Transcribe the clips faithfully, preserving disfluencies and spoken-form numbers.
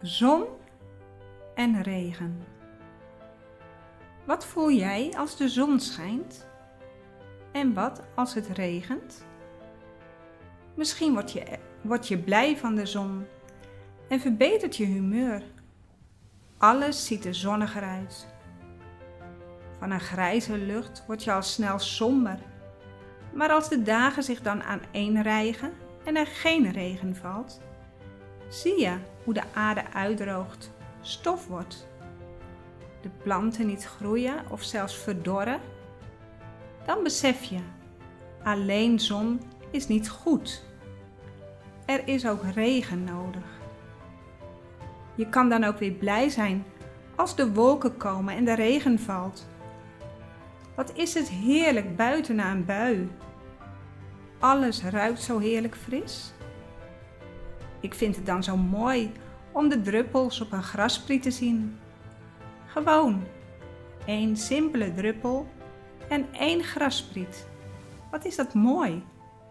Zon en regen. Wat voel jij als de zon schijnt? En wat als het regent? Misschien word je, word je blij van de zon en verbetert je humeur. Alles ziet er zonniger uit. Van een grijze lucht word je al snel somber. Maar als de dagen zich dan aaneenrijgen en er geen regen valt, zie je hoe de aarde uitdroogt, stof wordt. De planten niet groeien of zelfs verdorren. Dan besef je, alleen zon is niet goed. Er is ook regen nodig. Je kan dan ook weer blij zijn als de wolken komen en de regen valt. Wat is het heerlijk buiten na een bui. Alles ruikt zo heerlijk fris. Ik vind het dan zo mooi om de druppels op een grasspriet te zien. Gewoon één simpele druppel en één grasspriet. Wat is dat mooi.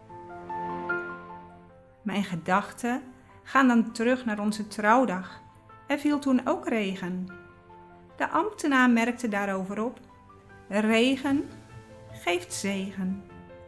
Mijn gedachten gaan dan terug naar onze trouwdag. Er viel toen ook regen. De ambtenaar merkte daarover op: regen geeft zegen.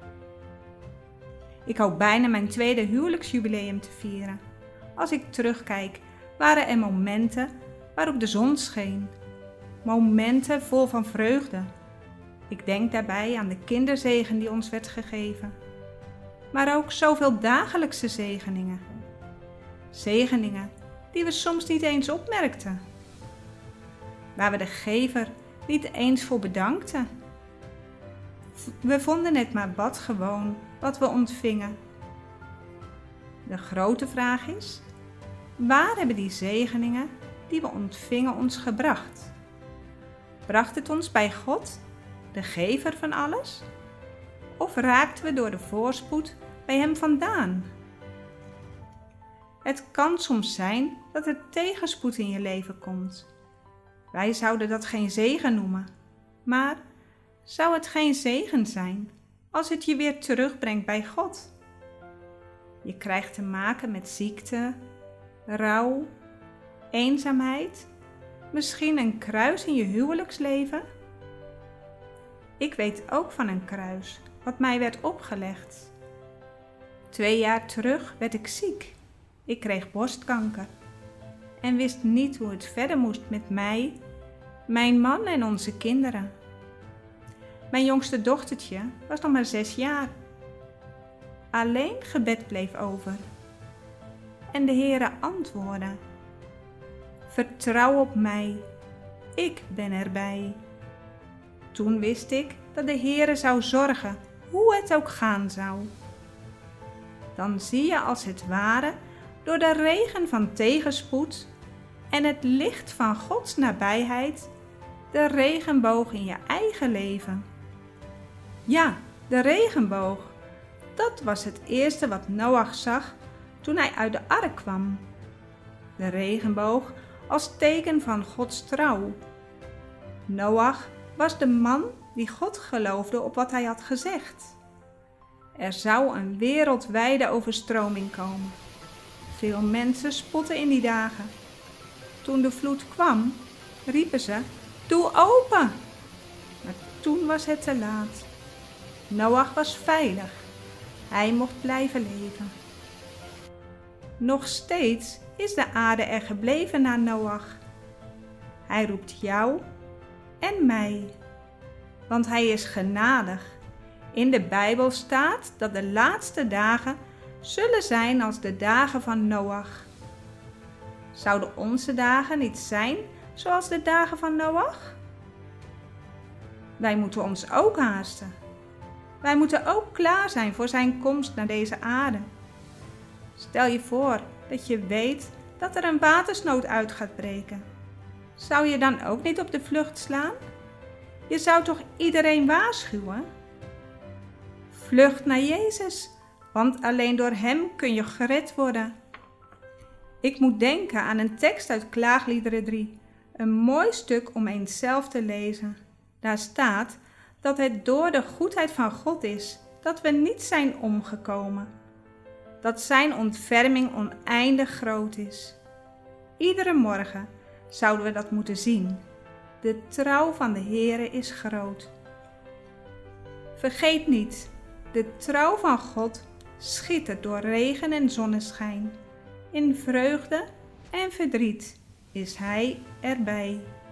Ik hoop bijna mijn tweede huwelijksjubileum te vieren. Als ik terugkijk, waren er momenten waarop de zon scheen. Momenten vol van vreugde. Ik denk daarbij aan de kinderzegen die ons werd gegeven. Maar ook zoveel dagelijkse zegeningen. Zegeningen die we soms niet eens opmerkten. Waar we de gever niet eens voor bedankten. We vonden het maar wat gewoon wat we ontvingen. De grote vraag is: waar hebben die zegeningen die we ontvingen ons gebracht? Bracht het ons bij God, de gever van alles? Of raakten we door de voorspoed bij hem vandaan? Het kan soms zijn dat er tegenspoed in je leven komt. Wij zouden dat geen zegen noemen, maar zou het geen zegen zijn als het je weer terugbrengt bij God? Je krijgt te maken met ziekte, rouw, eenzaamheid, misschien een kruis in je huwelijksleven. Ik weet ook van een kruis wat mij werd opgelegd. Twee jaar terug werd ik ziek. Ik kreeg borstkanker en wist niet hoe het verder moest met mij, mijn man en onze kinderen. Mijn jongste dochtertje was nog maar zes jaar. Alleen gebed bleef over. En de Heere antwoordde: vertrouw op mij, ik ben erbij. Toen wist ik dat de Heere zou zorgen, hoe het ook gaan zou. Dan zie je als het ware door de regen van tegenspoed en het licht van Gods nabijheid de regenboog in je eigen leven. Ja, de regenboog. Dat was het eerste wat Noach zag toen hij uit de ark kwam. De regenboog als teken van Gods trouw. Noach was de man die God geloofde op wat hij had gezegd. Er zou een wereldwijde overstroming komen. Veel mensen spotten in die dagen. Toen de vloed kwam, riepen ze: doe open! Maar toen was het te laat. Noach was veilig. Hij mocht blijven leven. Nog steeds is de aarde er gebleven na Noach. Hij roept jou en mij, want hij is genadig. In de Bijbel staat dat de laatste dagen zullen zijn als de dagen van Noach. Zouden onze dagen niet zijn zoals de dagen van Noach? Wij moeten ons ook haasten. Wij moeten ook klaar zijn voor zijn komst naar deze aarde. Stel je voor dat je weet dat er een watersnood uit gaat breken. Zou je dan ook niet op de vlucht slaan? Je zou toch iedereen waarschuwen? Vlucht naar Jezus, want alleen door hem kun je gered worden. Ik moet denken aan een tekst uit Klaagliederen drie, een mooi stuk om eens zelf te lezen. Daar staat dat het door de goedheid van God is dat we niet zijn omgekomen. Dat zijn ontferming oneindig groot is. Iedere morgen zouden we dat moeten zien. De trouw van de Heere is groot. Vergeet niet, de trouw van God schittert door regen en zonneschijn. In vreugde en verdriet is Hij erbij.